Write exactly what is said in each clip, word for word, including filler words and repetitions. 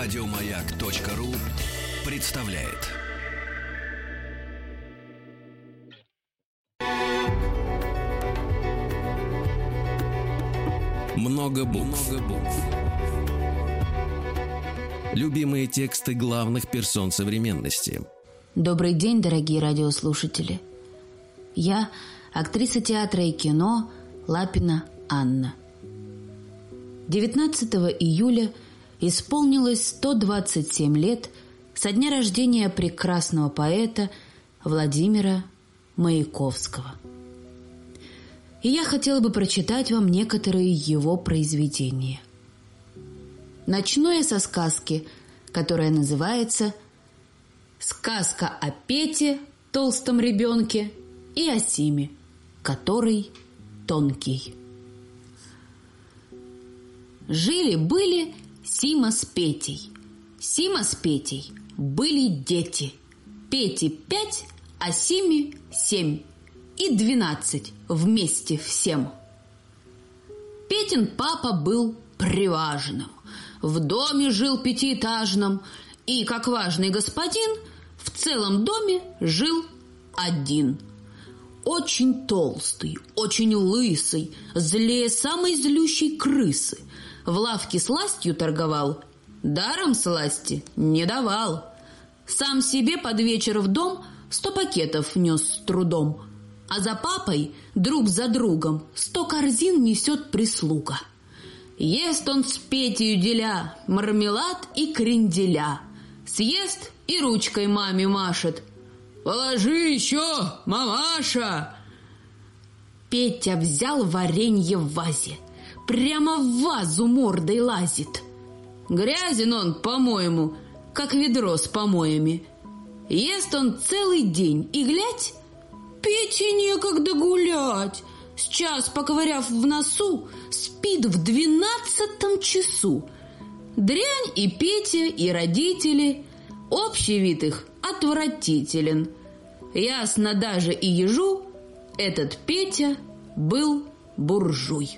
Радиомаяк.ру представляет. Много букв. Много букв. Любимые тексты главных персон современности. Добрый день, дорогие радиослушатели. Я актриса театра и кино Лапина Анна. девятнадцатого июля исполнилось сто двадцать семь лет со дня рождения прекрасного поэта Владимира Маяковского. И я хотела бы прочитать вам некоторые его произведения. Начну я со сказки, которая называется «Сказка о Пете, толстом ребенке, и о Симе, который тонкий». Жили-были Сима с Петей. Сима с Петей были дети. Пете пять, а Симе семь. И двенадцать вместе всем. Петин папа был приважным. В доме жил пятиэтажном. И, как важный господин, в целом доме жил один. Очень толстый, очень лысый, злее самой злющей крысы. В лавке сластью торговал, даром сласти не давал. Сам себе под вечер в дом сто пакетов нес с трудом, а за папой, друг за другом, сто корзин несет прислуга. Ест он с Петею деля мармелад и кренделя. Съест и ручкой маме машет: «Положи еще, мамаша!» Петя взял варенье в вазе, прямо в вазу мордой лазит. Грязен он, по-моему, как ведро с помоями. Ест он целый день, и глядь, Пете некогда гулять. Сейчас, поковыряв в носу, спит в двенадцатом часу. Дрянь и Петя, и родители, общий вид их отвратителен. Ясно даже и ежу, этот Петя был буржуй.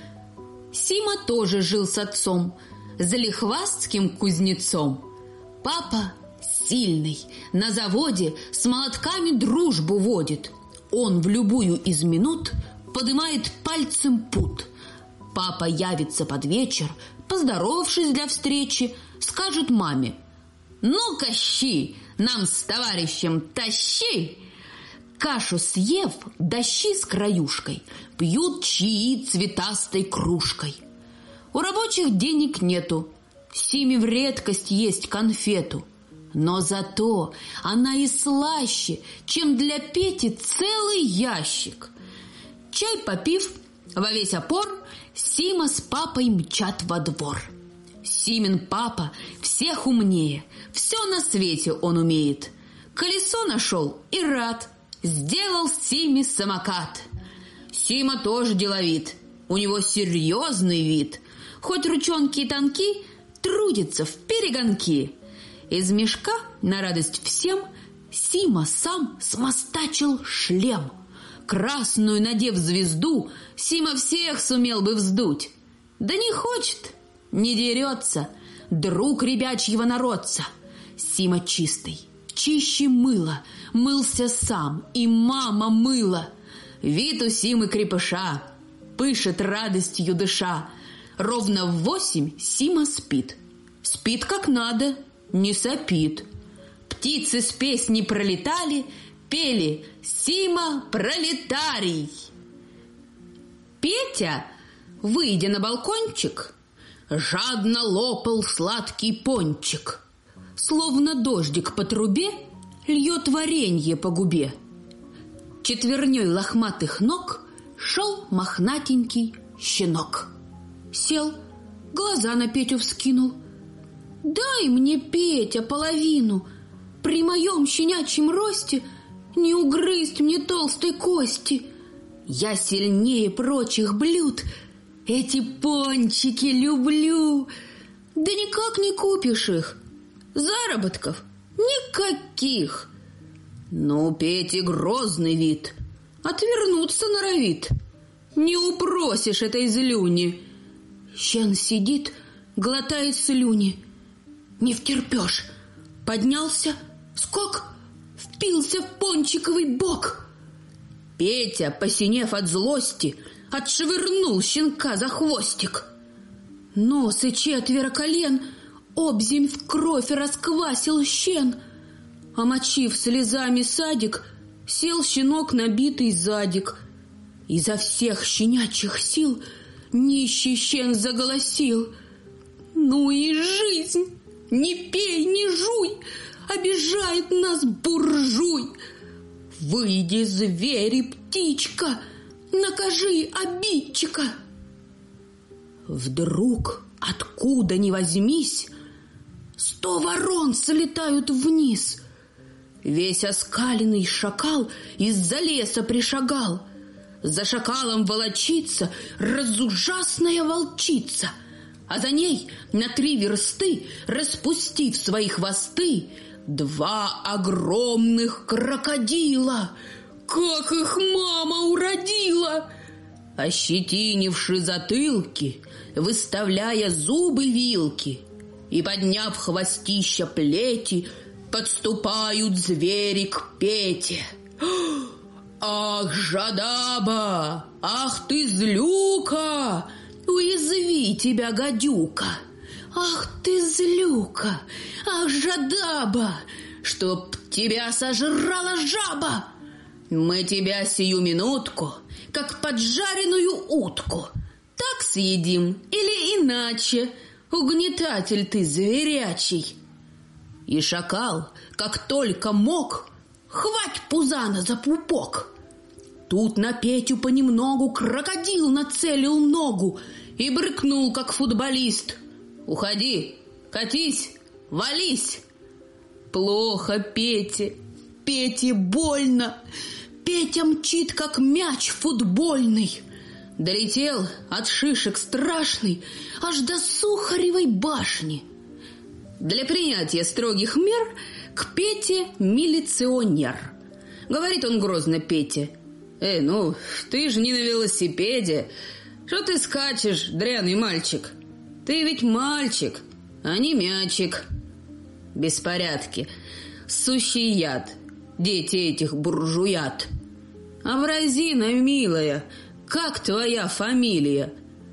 Сима тоже жил с отцом, залихвастским кузнецом. Папа сильный, на заводе с молотками дружбу водит. Он в любую из минут подымает пальцем пуд. Папа явится под вечер, поздоровавшись для встречи, скажет маме: «Ну-ка, щи, нам с товарищем тащи!» Кашу съев, да щи с краюшкой, пьют чаи цветастой кружкой. У рабочих денег нету, Симе в редкость есть конфету. Но зато она и слаще, чем для Пети целый ящик. Чай попив, во весь опор, Сима с папой мчат во двор. Симин папа всех умнее, все на свете он умеет. Колесо нашел и рад, сделал Симе самокат. Сима тоже деловит, у него серьезный вид. Хоть ручонки и тонки, трудится в перегонки. Из мешка, на радость всем, Сима сам смостачил шлем. Красную надев звезду, Сима всех сумел бы вздуть. Да не хочет, не дерется, друг ребячьего народца. Сима чистый, чище мыла, мылся сам, и мама мыла. Вид у Симы крепыша, пышет радостью дыша. Ровно в восемь Сима спит. Спит как надо, не сопит. Птицы с песней пролетали, пели «Сима пролетарий». Петя, выйдя на балкончик, жадно лопал сладкий пончик. Словно дождик по трубе льет варенье по губе. Четверней лохматых ног шел мохнатенький щенок. Сел, глаза на Петю вскинул. «Дай мне, Петя, половину. При моем щенячьем росте не угрызть мне толстой кости. Я сильнее прочих блюд, эти пончики люблю. Да никак не купишь их, заработков никаких». Ну, Пете грозный вид, отвернуться норовит. Не упросишь этой злюни. Щен сидит, глотает слюни. не втерпешь. Поднялся, скок, впился в пончиковый бок. Петя, посинев от злости, отшвырнул щенка за хвостик. Нос и четверо колен обземь в кровь расквасил щен. Омочив слезами садик, сел щенок на битый задик. Изо всех щенячьих сил нищий щен заголосил: «Ну и жизнь! Не пей, не жуй! Обижает нас буржуй! Выйди, зверь и птичка, накажи обидчика!» Вдруг, откуда ни возьмись, сто ворон слетают вниз. Весь оскаленный шакал из-за леса пришагал. За шакалом волочится разужасная волчица, а за ней на три версты, распустив свои хвосты, два огромных крокодила. Как их мама уродила! Ощетинивши затылки, выставляя зубы-вилки, и, подняв хвостища плети, подступают звери к Пете. «Ах, жадаба! Ах ты злюка! Уязви тебя, гадюка! Ах ты злюка! Ах, жадаба! Чтоб тебя сожрала жаба! Мы тебя сию минутку, как поджаренную утку, так съедим или иначе, угнетатель ты зверячий!» И шакал, как только мог, хвать пузана за пупок. Тут на Петю понемногу крокодил нацелил ногу и брыкнул, как футболист: «Уходи, катись, вались!» Плохо Пете, Пете больно. Петя мчит, как мяч футбольный. Долетел от шишек страшный аж до Сухаревой башни. Для принятия строгих мер к Пете милиционер. Говорит он грозно Пете: «Эй, ну, ты же не на велосипеде. Что ты скачешь, дряный мальчик? Ты ведь мальчик, а не мячик». Беспорядки, сущий яд, дети этих буржуят. «Абразина, милая, как твоя фамилия?»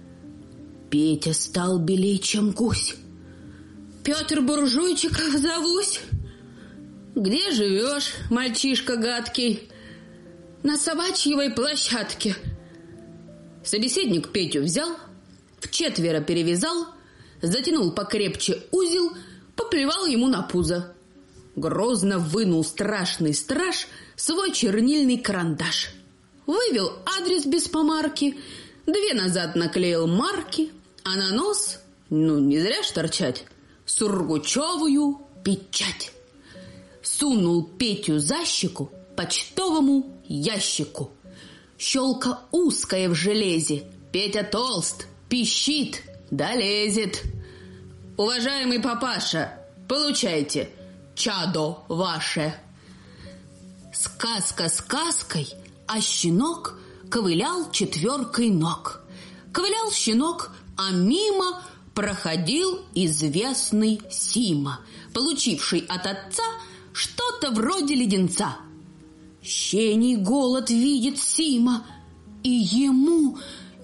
Петя стал белей, чем гусь. «Петр Буржуйчиков зовусь». «Где живешь, мальчишка гадкий?» «На собачьей площадке». Собеседник Петю взял, вчетверо перевязал, затянул покрепче узел, поплевал ему на пузо. Грозно вынул страшный страж свой чернильный карандаш. Вывел адрес без помарки, две назад наклеил марки, а на нос, ну не зря ж торчать, сургучевую печать. Сунул Петю за щеку почтовому ящику. Щелка узкая в железе, Петя толст, пищит, да лезет. «Уважаемый папаша, получайте, чадо ваше». Сказка сказкой, а щенок ковылял четверкой ног. Ковылял щенок, а мимо проходил известный Сима, получивший от отца что-то вроде леденца. Щений голод видит Сима, и ему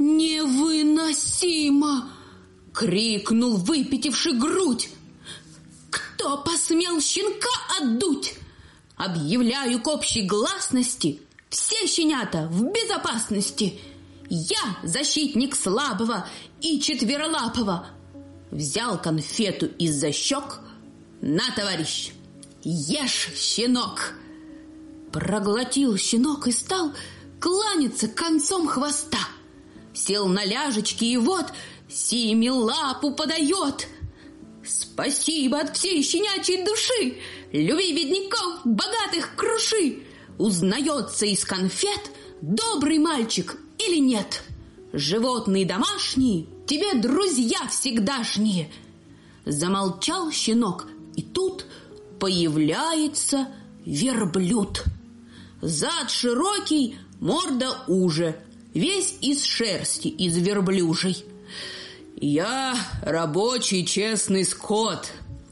невыносимо. Крикнул, выпятивши грудь: «Кто посмел щенка отдуть? Объявляю к общей гласности, все щенята в безопасности. Я защитник слабого и четверолапого». Взял конфету из-за щек. «На, товарищ, ешь, щенок!» Проглотил щенок и стал кланяться концом хвоста. Сел на ляжечки и вот Симе лапу подает. «Спасибо от всей щенячьей души! Люби бедняков, богатых круши! Узнается из конфет, добрый мальчик или нет. Животные домашние тебе друзья всегдашние». Замолчал щенок, и тут появляется верблюд. Зад широкий, морда уже, весь из шерсти, из верблюжей. «Я рабочий честный скот,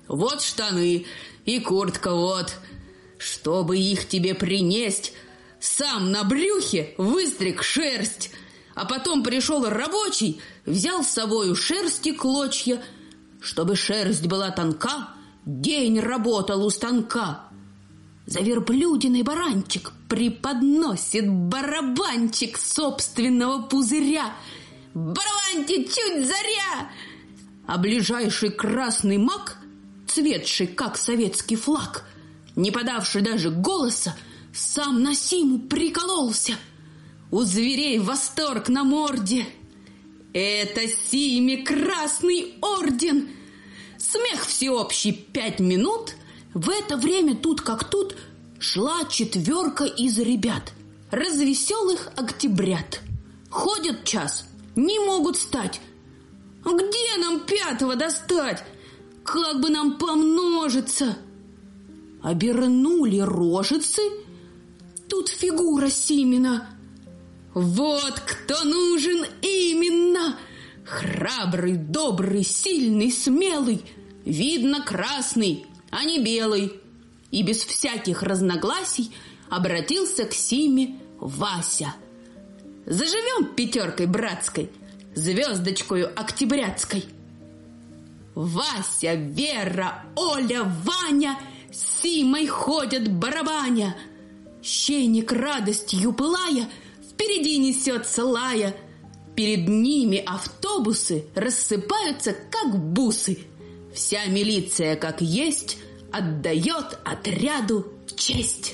Вот штаны и куртка вот. Чтобы их тебе принесть, сам на брюхе выстриг шерсть. А потом пришел рабочий, взял с собою шерсти клочья. Чтобы шерсть была тонка, день работал у станка. За верблюдиной баранчик преподносит барабанчик собственного пузыря. Барабаньте чуть заря! А ближайший красный мак, цветший, как советский флаг, не подавший даже голоса, сам на Симу прикололся. У зверей восторг на морде. Это Симе красный орден. Смех всеобщий пять минут. В это время тут как тут шла четверка из ребят, развеселых октябрят. Ходят час, не могут стать. Где нам пятого достать? Как бы нам помножиться? Обернули рожицы. Тут фигура Симина. Вот кто нужен именно. Храбрый, добрый, сильный, смелый. Видно, красный, а не белый. И без всяких разногласий обратился к Симе Вася. Заживем пятеркой братской, звездочкою октябрятской. Вася, Вера, Оля, Ваня с Симой ходят барабаня. Щеник радостью пылая впереди несется лая. Перед ними автобусы рассыпаются, как бусы. Вся милиция, как есть, отдает отряду честь.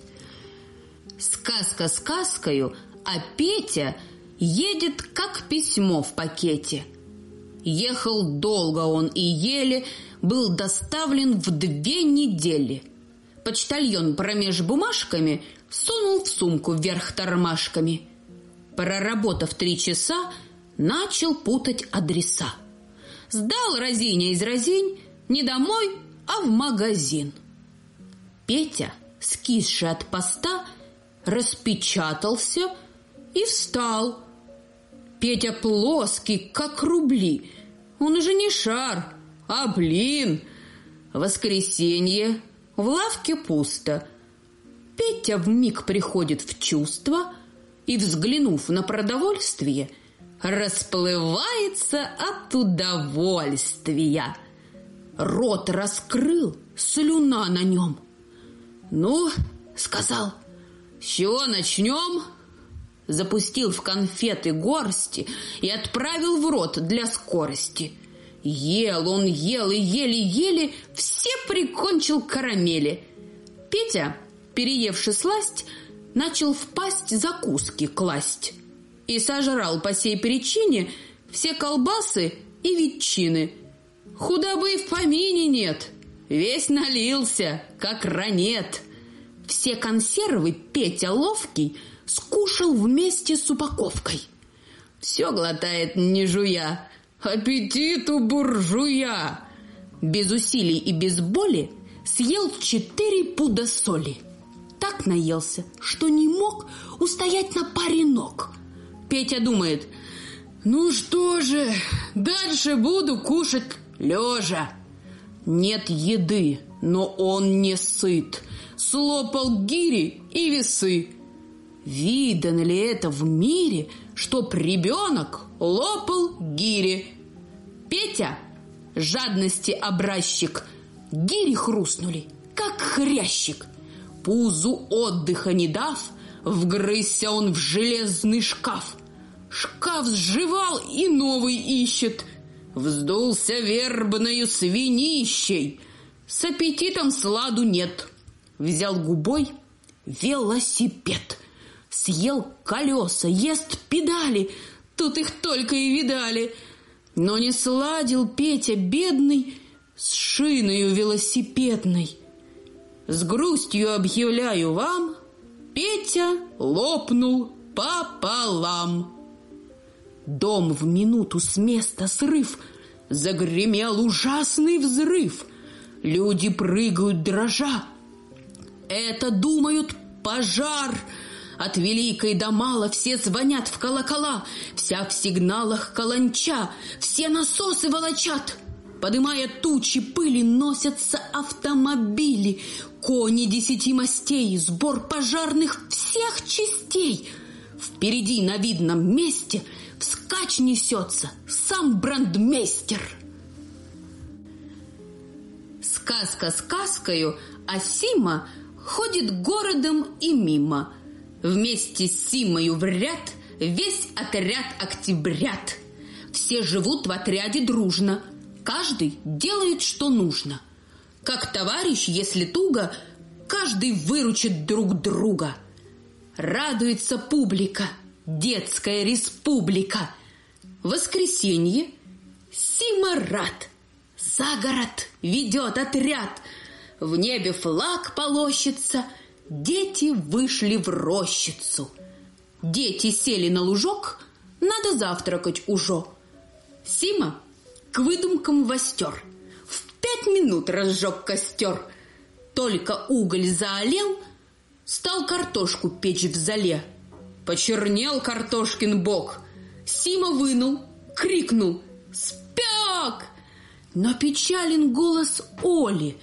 Сказка сказкою, а Петя едет, как письмо в пакете. Ехал долго он и еле был доставлен в две недели. Почтальон промеж бумажками сунул в сумку вверх тормашками. Проработав три часа, начал путать адреса. Сдал разиня из разинь не домой, а в магазин. Петя, скисший от поста, распечатался и встал. Петя плоский, как рубли. Он уже не шар, а блин. Воскресенье, в лавке пусто. Петя вмиг приходит в чувство и, взглянув на продовольствие, расплывается от удовольствия. Рот раскрыл, слюна на нем. «Ну, — сказал, — с чего начнем?» Запустил в конфеты горсти и отправил в рот для скорости. Ел он, ел и еле-еле все прикончил карамели. Петя, переевши сласть, начал в пасть закуски класть и сожрал по сей причине все колбасы и ветчины. Худобы в помине нет, весь налился, как ранет. Все консервы Петя ловкий скушал вместе с упаковкой. Все глотает, не жуя, аппетит у буржуя. Без усилий и без боли съел четыре пуда соли. Так наелся, что не мог устоять на паре ног. Петя думает: ну что же, дальше буду кушать лежа. Нет еды, но он не сыт. Слопал гири и весы. Видано ли это в мире, чтоб ребенок лопал гири? Петя, жадности образчик, гири хрустнули, как хрящик. Пузу отдыха не дав, вгрызся он в железный шкаф. Шкаф сживал и новый ищет. Вздулся вербною свинищей. С аппетитом сладу нет. Взял губой велосипед. Съел колеса, ест педали. Тут их только и видали. Но не сладил Петя бедный с шиною велосипедной. С грустью объявляю вам, Петя лопнул пополам. Дом в минуту с места срыв, загремел ужасный взрыв. Люди прыгают дрожа. Это, думают, пожар. От великой до мала все звонят в колокола. Вся в сигналах каланча, все насосы волочат. Подымая тучи пыли, носятся автомобили, кони десяти мастей, сбор пожарных всех частей. Впереди на видном месте вскачь несется сам брандмейстер. Сказка сказкою, а Сима ходит городом и мимо. Вместе с Симою в ряд весь отряд октябрят. Все живут в отряде дружно, каждый делает, что нужно. Как товарищ, если туго, каждый выручит друг друга. Радуется публика, детская республика. Воскресенье, Сима рад. За город ведет отряд. В небе флаг полощется, дети вышли в рощицу. Дети сели на лужок, надо завтракать уже. Сима к выдумкам востер, в пять минут разжег костер. Только уголь заолел, стал картошку печь в золе. Почернел картошкин бок. Сима вынул, крикнул: «Спек!» Но печален голос Оли: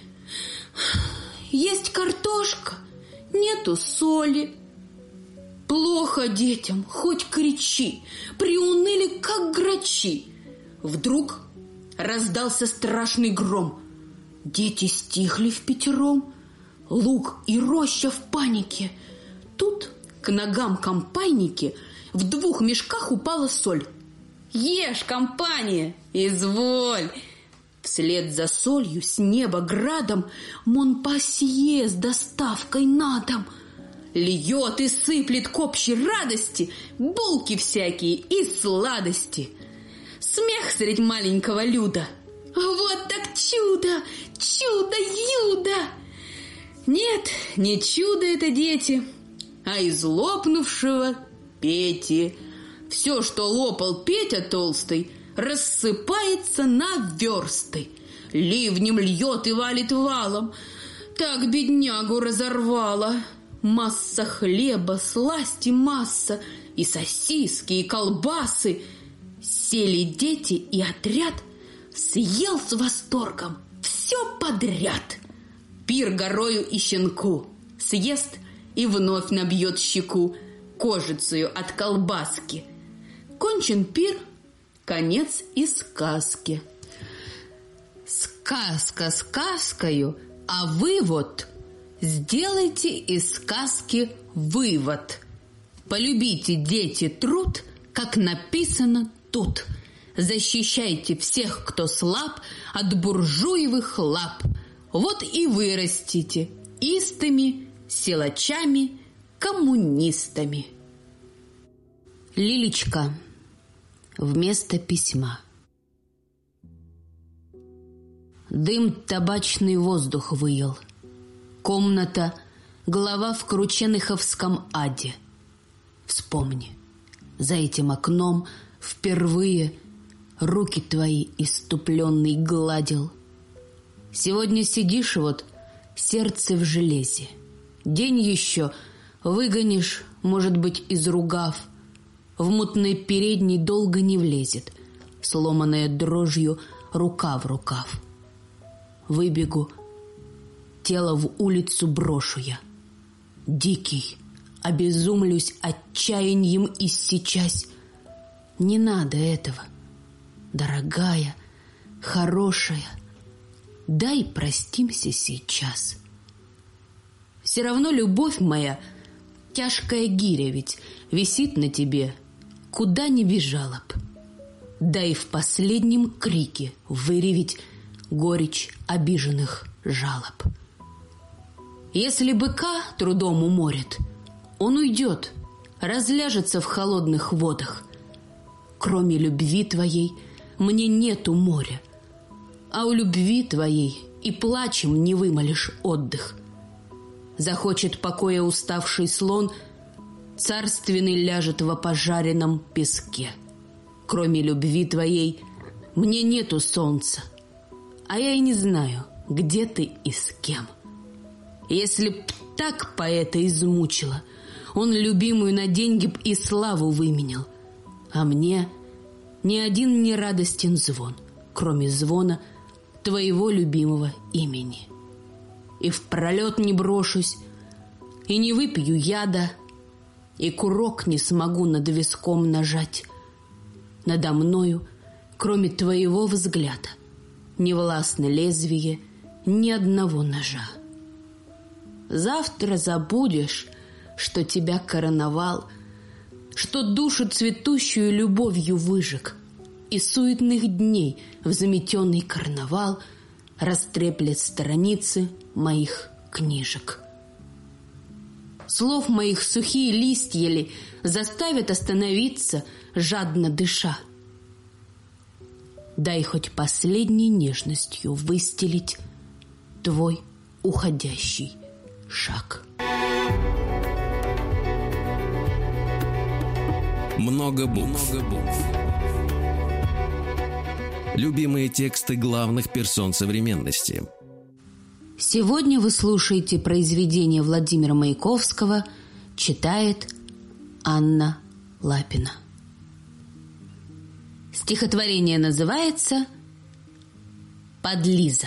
«Есть картошка, нету соли». Плохо детям, хоть кричи, приуныли, как грачи. Вдруг раздался страшный гром. Дети стихли впятером, луг и роща в панике. Тут к ногам компаньки в двух мешках упала соль. «Ешь, компания, изволь!» Вслед за солью с неба градом Монпассье с доставкой на дом льет и сыплет к общей радости булки всякие и сладости. Смех средь маленького люда. Вот так чудо, чудо-юдо! Нет, не чудо это, дети, а из лопнувшего Пети. Все, что лопал Петя толстый, рассыпается на версты. Ливнем льет и валит валом. Так беднягу разорвало. Масса хлеба, сласти масса, и сосиски, и колбасы. Сели дети, и отряд съел с восторгом все подряд. Пир горою и щенку съест и вновь набьет щеку кожицею от колбаски. Кончен пир, конец и сказки. Сказка сказкою, а вы вот сделайте из сказки вывод. Полюбите, дети, труд, как написано тут. Защищайте всех, кто слаб, от буржуевых лап. Вот и вырастите истыми, силачами, коммунистами. Лилечка вместо письма. Дым табачный воздух выел. Комната, голова в Крученыховском аде. Вспомни, за этим окном впервые руки твои иступленный гладил. Сегодня сидишь вот, сердце в железе. День еще выгонишь, может быть, изругав. В мутной передней долго не влезет, сломанная дрожью рука в рукав. Выбегу, тело в улицу брошу я. Дикий, обезумлюсь отчаянием иссечась. Не надо этого, дорогая, хорошая, дай простимся сейчас. Все равно любовь моя, тяжкая гиря ведь висит на тебе, куда ни бежала б. Дай в последнем крике выреветь горечь обиженных жалоб. Если быка трудом уморят, он уйдет, разляжется в холодных водах. Кроме любви твоей мне нету моря, а у любви твоей и плачем не вымолишь отдых. Захочет покоя уставший слон, царственный ляжет во пожаренном песке. Кроме любви твоей мне нету солнца, а я и не знаю, где ты и с кем. Если б так поэта измучила, он любимую на деньги б и славу выменял. А мне ни один не радостен звон, кроме звона твоего любимого имени. И в пролет не брошусь, и не выпью яда, и курок не смогу над виском нажать. Надо мною, кроме твоего взгляда, не властно лезвие ни одного ножа. Завтра забудешь, что тебя короновал, что душу цветущую любовью выжег, и суетных дней в заметенный карнавал растреплет страницы моих книжек. Слов моих сухие листья ли заставят остановиться, жадно дыша. Дай хоть последней нежностью выстелить твой уходящий шаг. Много букв. Много букв. Любимые тексты главных персон современности. Сегодня вы слушаете произведение Владимира Маяковского, читает Анна Лапина. Стихотворение называется «Подлиза».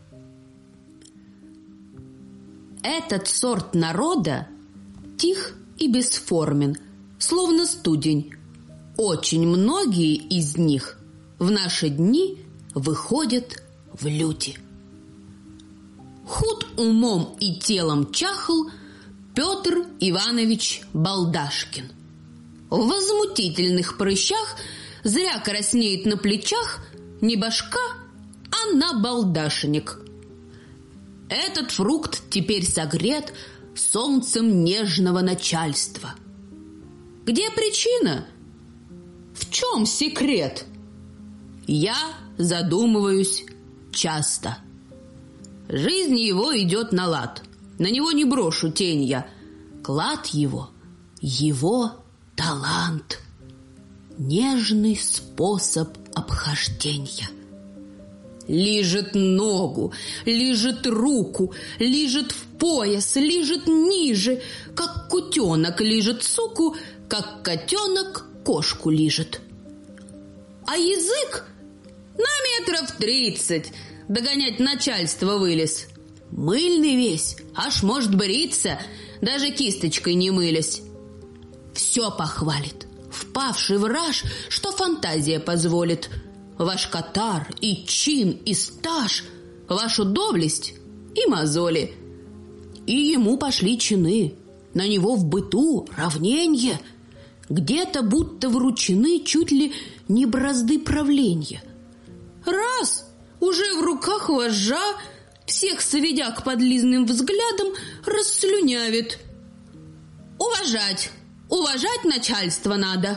Этот сорт народа тих и бесформен, словно студень. Очень многие из них в наши дни выходят в люди. Худ умом и телом чахл Петр Иванович Балдашкин. В возмутительных прыщах зря краснеет на плечах не башка, а набалдашник. Этот фрукт теперь согрет солнцем нежного начальства. Где причина? В чем секрет? Я задумываюсь часто. Жизнь его идет на лад, на него не брошу тень я. Клад его, его талант, нежный способ обхождения. Лижет ногу, лижет руку, лижет в пояс, лижет ниже, как кутенок лижет суку, как котенок кошку лижет. А язык на метров тридцать догонять начальство вылез. Мыльный весь, аж может бриться, даже кисточкой не мылясь. Все похвалит, впавший в раж, что фантазия позволит. Ваш катар и чин, и стаж, вашу доблесть и мозоли. И ему пошли чины, на него в быту равненье. Где-то будто вручены чуть ли не бразды правления. Раз, уже в руках вожжа, всех сведя к подлизным взглядам, расслюнявит. Уважать, уважать начальство надо.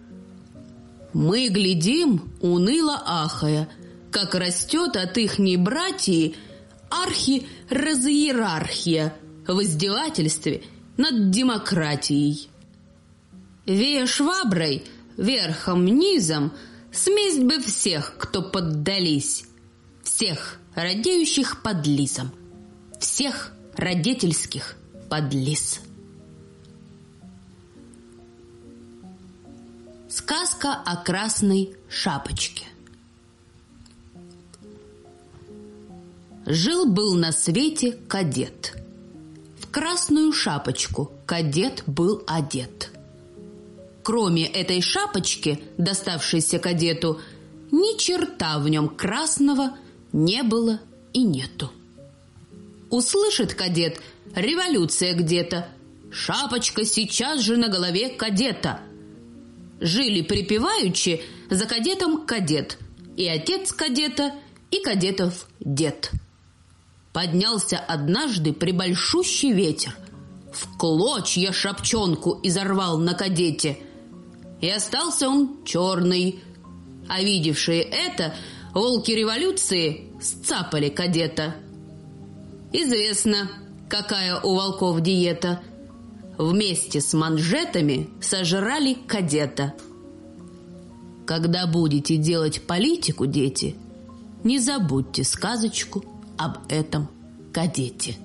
Мы глядим, уныло ахая, как растет от ихней братьи архи-разиерархия в издевательстве над демократией. Вея шваброй, верхом-низом, сместь бы всех, кто поддались, всех радеющих подлизам, всех родительских подлиз. Сказка о красной шапочке. Жил-был на свете кадет. В красную шапочку кадет был одет. Кроме этой шапочки, доставшейся кадету, ни черта в нем красного не было и нету. Услышит кадет: революция где-то. Шапочка сейчас же на голове кадета. Жили припеваючи за кадетом кадет, и отец кадета, и кадетов дед. Поднялся однажды прибольшущий ветер, в клочья шапчонку изорвал на кадете, и остался он черный. А видевшие это, волки революции сцапали кадета. Известно, какая у волков диета. Вместе с манжетами сожрали кадета. Когда будете делать политику, дети, не забудьте сказочку об этом кадете.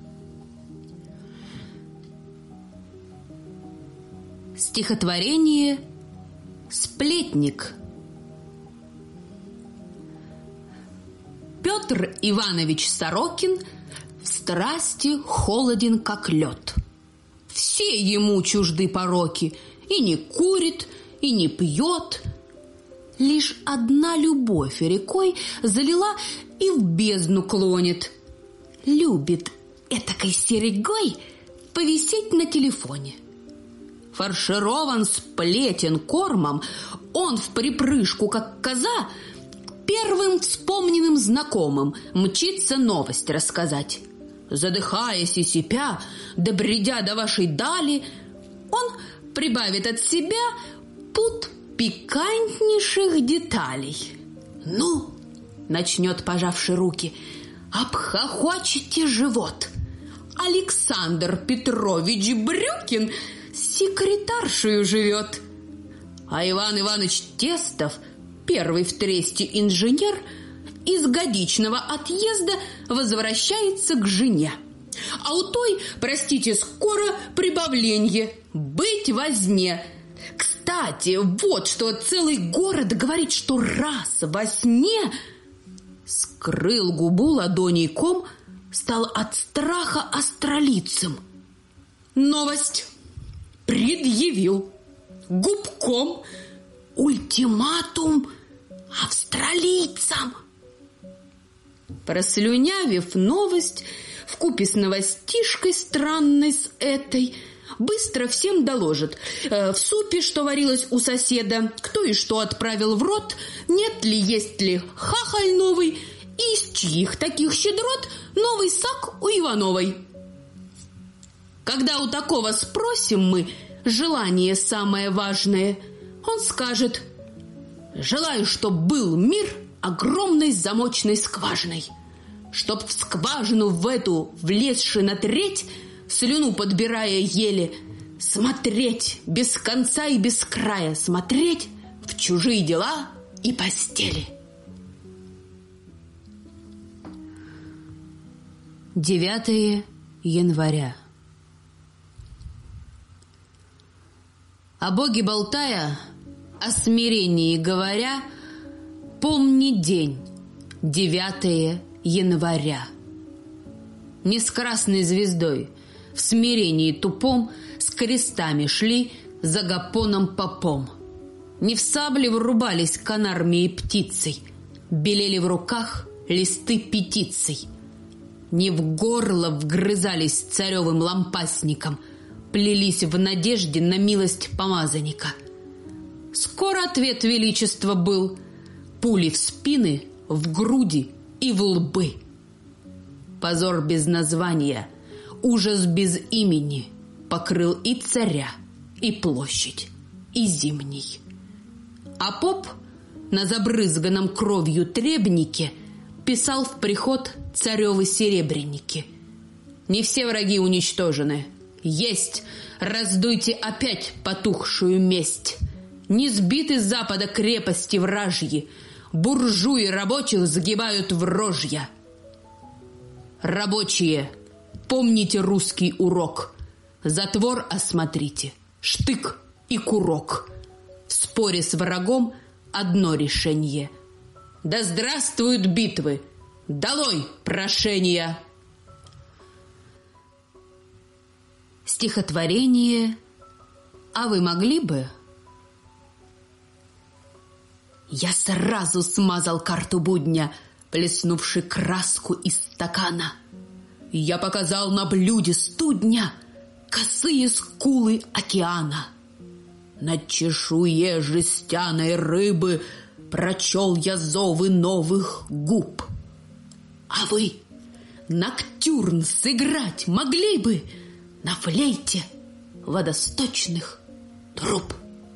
Стихотворение «Сплетник». Петр Иванович Сорокин в страсти холоден, как лед. Все ему чужды пороки, и не курит, и не пьет. Лишь одна любовь рекой залила и в бездну клонит. Любит этакой серегой повисеть на телефоне. Фарширован, сплетен кормом, он в припрыжку, как коза, первым вспомненным знакомым мчится новость рассказать. Задыхаясь и сипя, добредя до вашей дали, он прибавит от себя пут пикантнейших деталей. «Ну, — начнет, пожавши руки, — обхохочете живот. Александр Петрович Брюкин с секретаршею живет. А Иван Иванович Тестов, первый в тресте инженер, из годичного отъезда возвращается к жене. А у той, простите, скоро прибавленье, быть возне. Кстати, вот что целый город говорит, что раз во сне... Скрыл губу ладоней ком, стал от страха остролицем. Новость предъявил губком ультиматум австралийцам. Прослюнявив новость вкупе с новостишкой странной с этой, быстро всем доложит. Э, в супе, что варилось у соседа, кто и что отправил в рот, нет ли, есть ли хахаль новый, и из чьих таких щедрот новый сак у Ивановой. Когда у такого спросим мы желание самое важное, он скажет: желаю, чтоб был мир огромной замочной скважиной, чтоб в скважину в эту влезши на треть, слюну подбирая еле, смотреть без конца и без края, смотреть в чужие дела и постели. девятое января. О Боге болтая, о смирении говоря, помни день, девятое января. Не с красной звездой, в смирении тупом, с крестами шли за Гапоном попом. Не в сабле врубались канармии птицей, белели в руках листы петиций. Не в горло вгрызались царевым лампасником, плелись в надежде на милость помазанника. Скоро ответ величества был: пули в спины, в груди и в лбы. Позор без названия, ужас без имени покрыл и царя, и площадь, и Зимний. А поп на забрызганном кровью требнике писал в приход царевы серебряники: не все враги уничтожены, есть, раздуйте опять потухшую месть. Не сбиты с запада крепости вражьи, буржуи рабочих сгибают в рожья. Рабочие, помните русский урок, затвор осмотрите, штык и курок. В споре с врагом одно решение: да здравствуют битвы, долой прошения. Стихотворение «А вы могли бы?» Я сразу смазал карту будня, плеснувши краску из стакана. Я показал на блюде студня косые скулы океана. На чешуе жестяной рыбы прочел я зовы новых губ. А вы ноктюрн сыграть могли бы на флейте водосточных труб?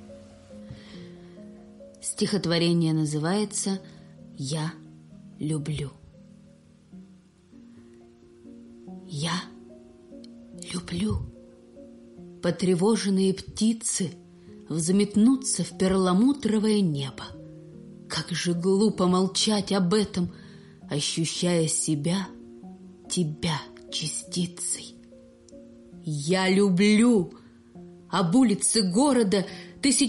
Стихотворение называется «Я люблю». Я люблю. Потревоженные птицы взметнутся в перламутровое небо. Как же глупо молчать об этом, ощущая себя, тебя частицей. Я люблю. Об улице города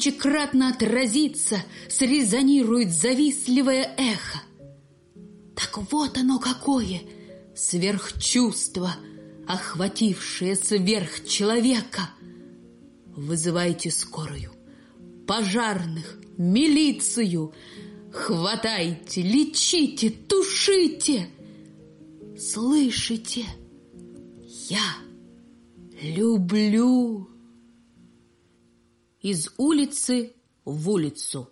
тысячекратно отразится, срезонирует завистливое эхо. Так Так вот оно какое! Сверхчувство, охватившее сверхчеловека! Вызывайте скорую, пожарных, милицию! Хватайте, лечите, тушите! Слышите? Я люблю. Из улицы в улицу.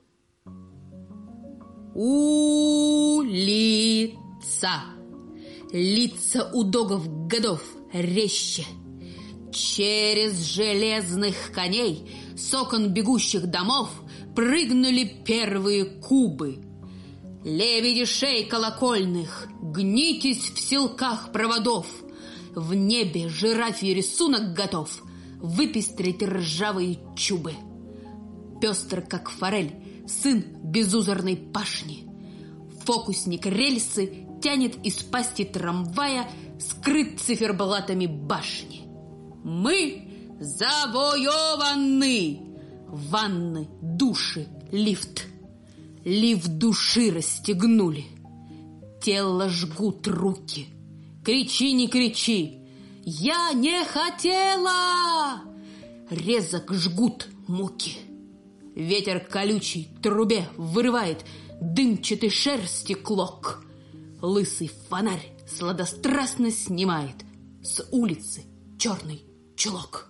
Улица. Лица у догов годов резче. Через железных коней с окон бегущих домов прыгнули первые кубы. Лебеди шей колокольных, гнитесь в селках проводов. В небе жирафий рисунок готов выпестрить ржавые чубы. Пестр, как форель, сын безузорной пашни. Фокусник рельсы тянет из пасти трамвая, скрыт циферблатами башни. Мы завоеваны! Ванны, души, лифт. Лифт души расстегнули. Тело жгут руки. Кричи, не кричи. Я не хотела! Резок жгут муки. Ветер колючий трубе вырывает дымчатой шерсти клок. Лысый фонарь сладострастно снимает с улицы черный чулок.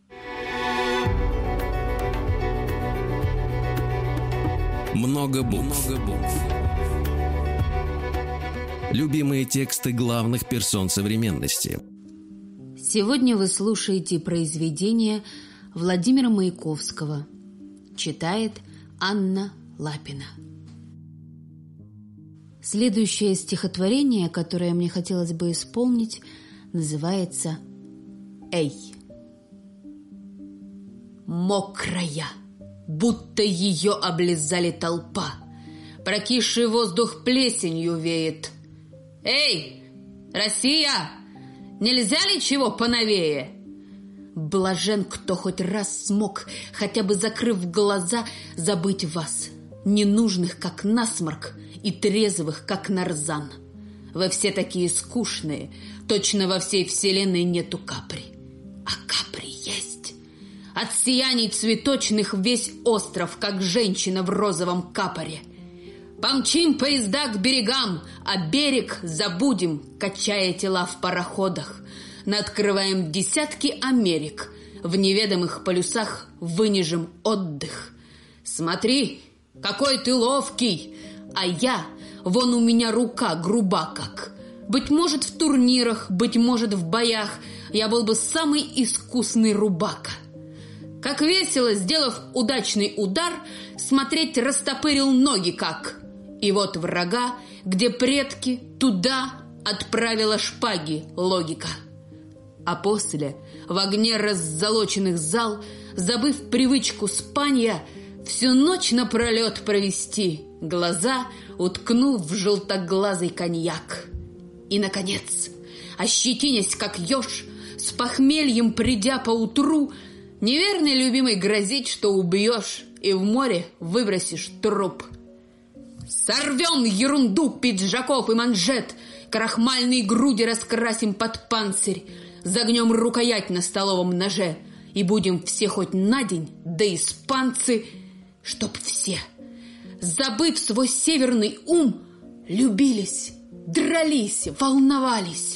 Много букв. Много букв. Любимые тексты главных персон современности. Сегодня вы слушаете произведение Владимира Маяковского. Читает Анна Лапина. Следующее стихотворение, которое мне хотелось бы исполнить, называется «Эй». Мокрая, будто ее облизали толпа, прокисший воздух плесенью веет. «Эй, Россия, нельзя ли чего поновее?» Блажен, кто хоть раз смог, хотя бы закрыв глаза, забыть вас, ненужных, как насморк, и трезвых, как нарзан. Вы все такие скучные, точно во всей вселенной нету капри. А капри есть. От сияний цветочных весь остров, как женщина в розовом капоре. Помчим поезда к берегам, а берег забудем, качая тела в пароходах. Наоткрываем десятки Америк, в неведомых полюсах вынижем отдых. Смотри, какой ты ловкий, а я, вон у меня рука груба как. Быть может, в турнирах, быть может, в боях я был бы самый искусный рубака. Как весело, сделав удачный удар, смотреть растопырил ноги как. И вот врага, где предки, туда отправила шпаги логика. А после, в огне раззолоченных зал, забыв привычку спанья, всю ночь напролет провести, глаза уткнув в желтоглазый коньяк. И, наконец, ощетинясь, как еж, с похмельем придя поутру, неверный любимый грозить, что убьешь, и в море выбросишь труп. Сорвем ерунду пиджаков и манжет, крахмальные груди раскрасим под панцирь, загнем рукоять на столовом ноже и будем все хоть на день, да испанцы, чтоб все, забыв свой северный ум, любились, дрались, волновались.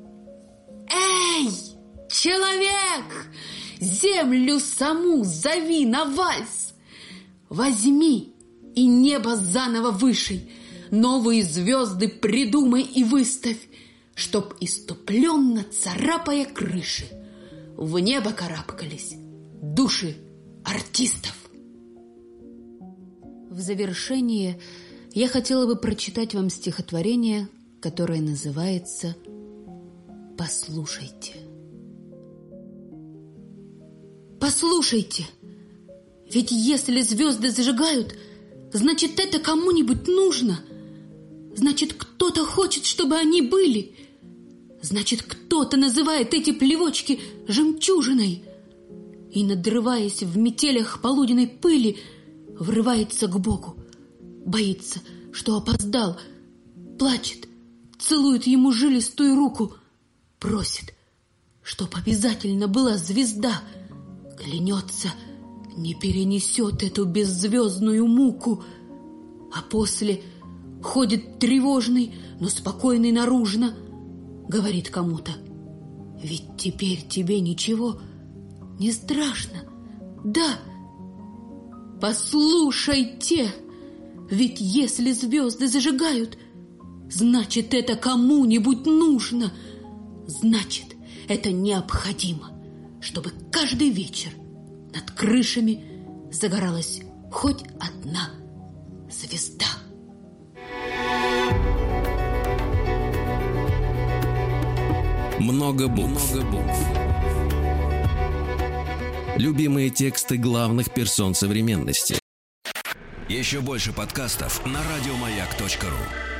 Эй, человек, землю саму зови на вальс, возьми и небо заново вышей, новые звезды придумай и выставь, чтоб иступленно царапая крыши в небо карабкались души артистов. В завершение я хотела бы прочитать вам стихотворение, которое называется «Послушайте». Послушайте, ведь если звезды зажигают, значит, это кому-нибудь нужно. Значит, кто-то хочет, чтобы они были. Значит, кто-то называет эти плевочки жемчужиной и, надрываясь в метелях полуденной пыли, врывается к Богу, боится, что опоздал, плачет, целует ему жилистую руку, просит, чтоб обязательно была звезда, клянется, не перенесет эту беззвездную муку, а после ходит тревожный, но спокойный наружно, говорит кому-то: ведь теперь тебе ничего не страшно, да? Послушайте, ведь если звезды зажигают, значит, это кому-нибудь нужно, значит, это необходимо, чтобы каждый вечер над крышами загоралась хоть одна звезда. Много букв. Много букв. Любимые тексты главных персон современности. Еще больше подкастов на радиомаяк точка ру.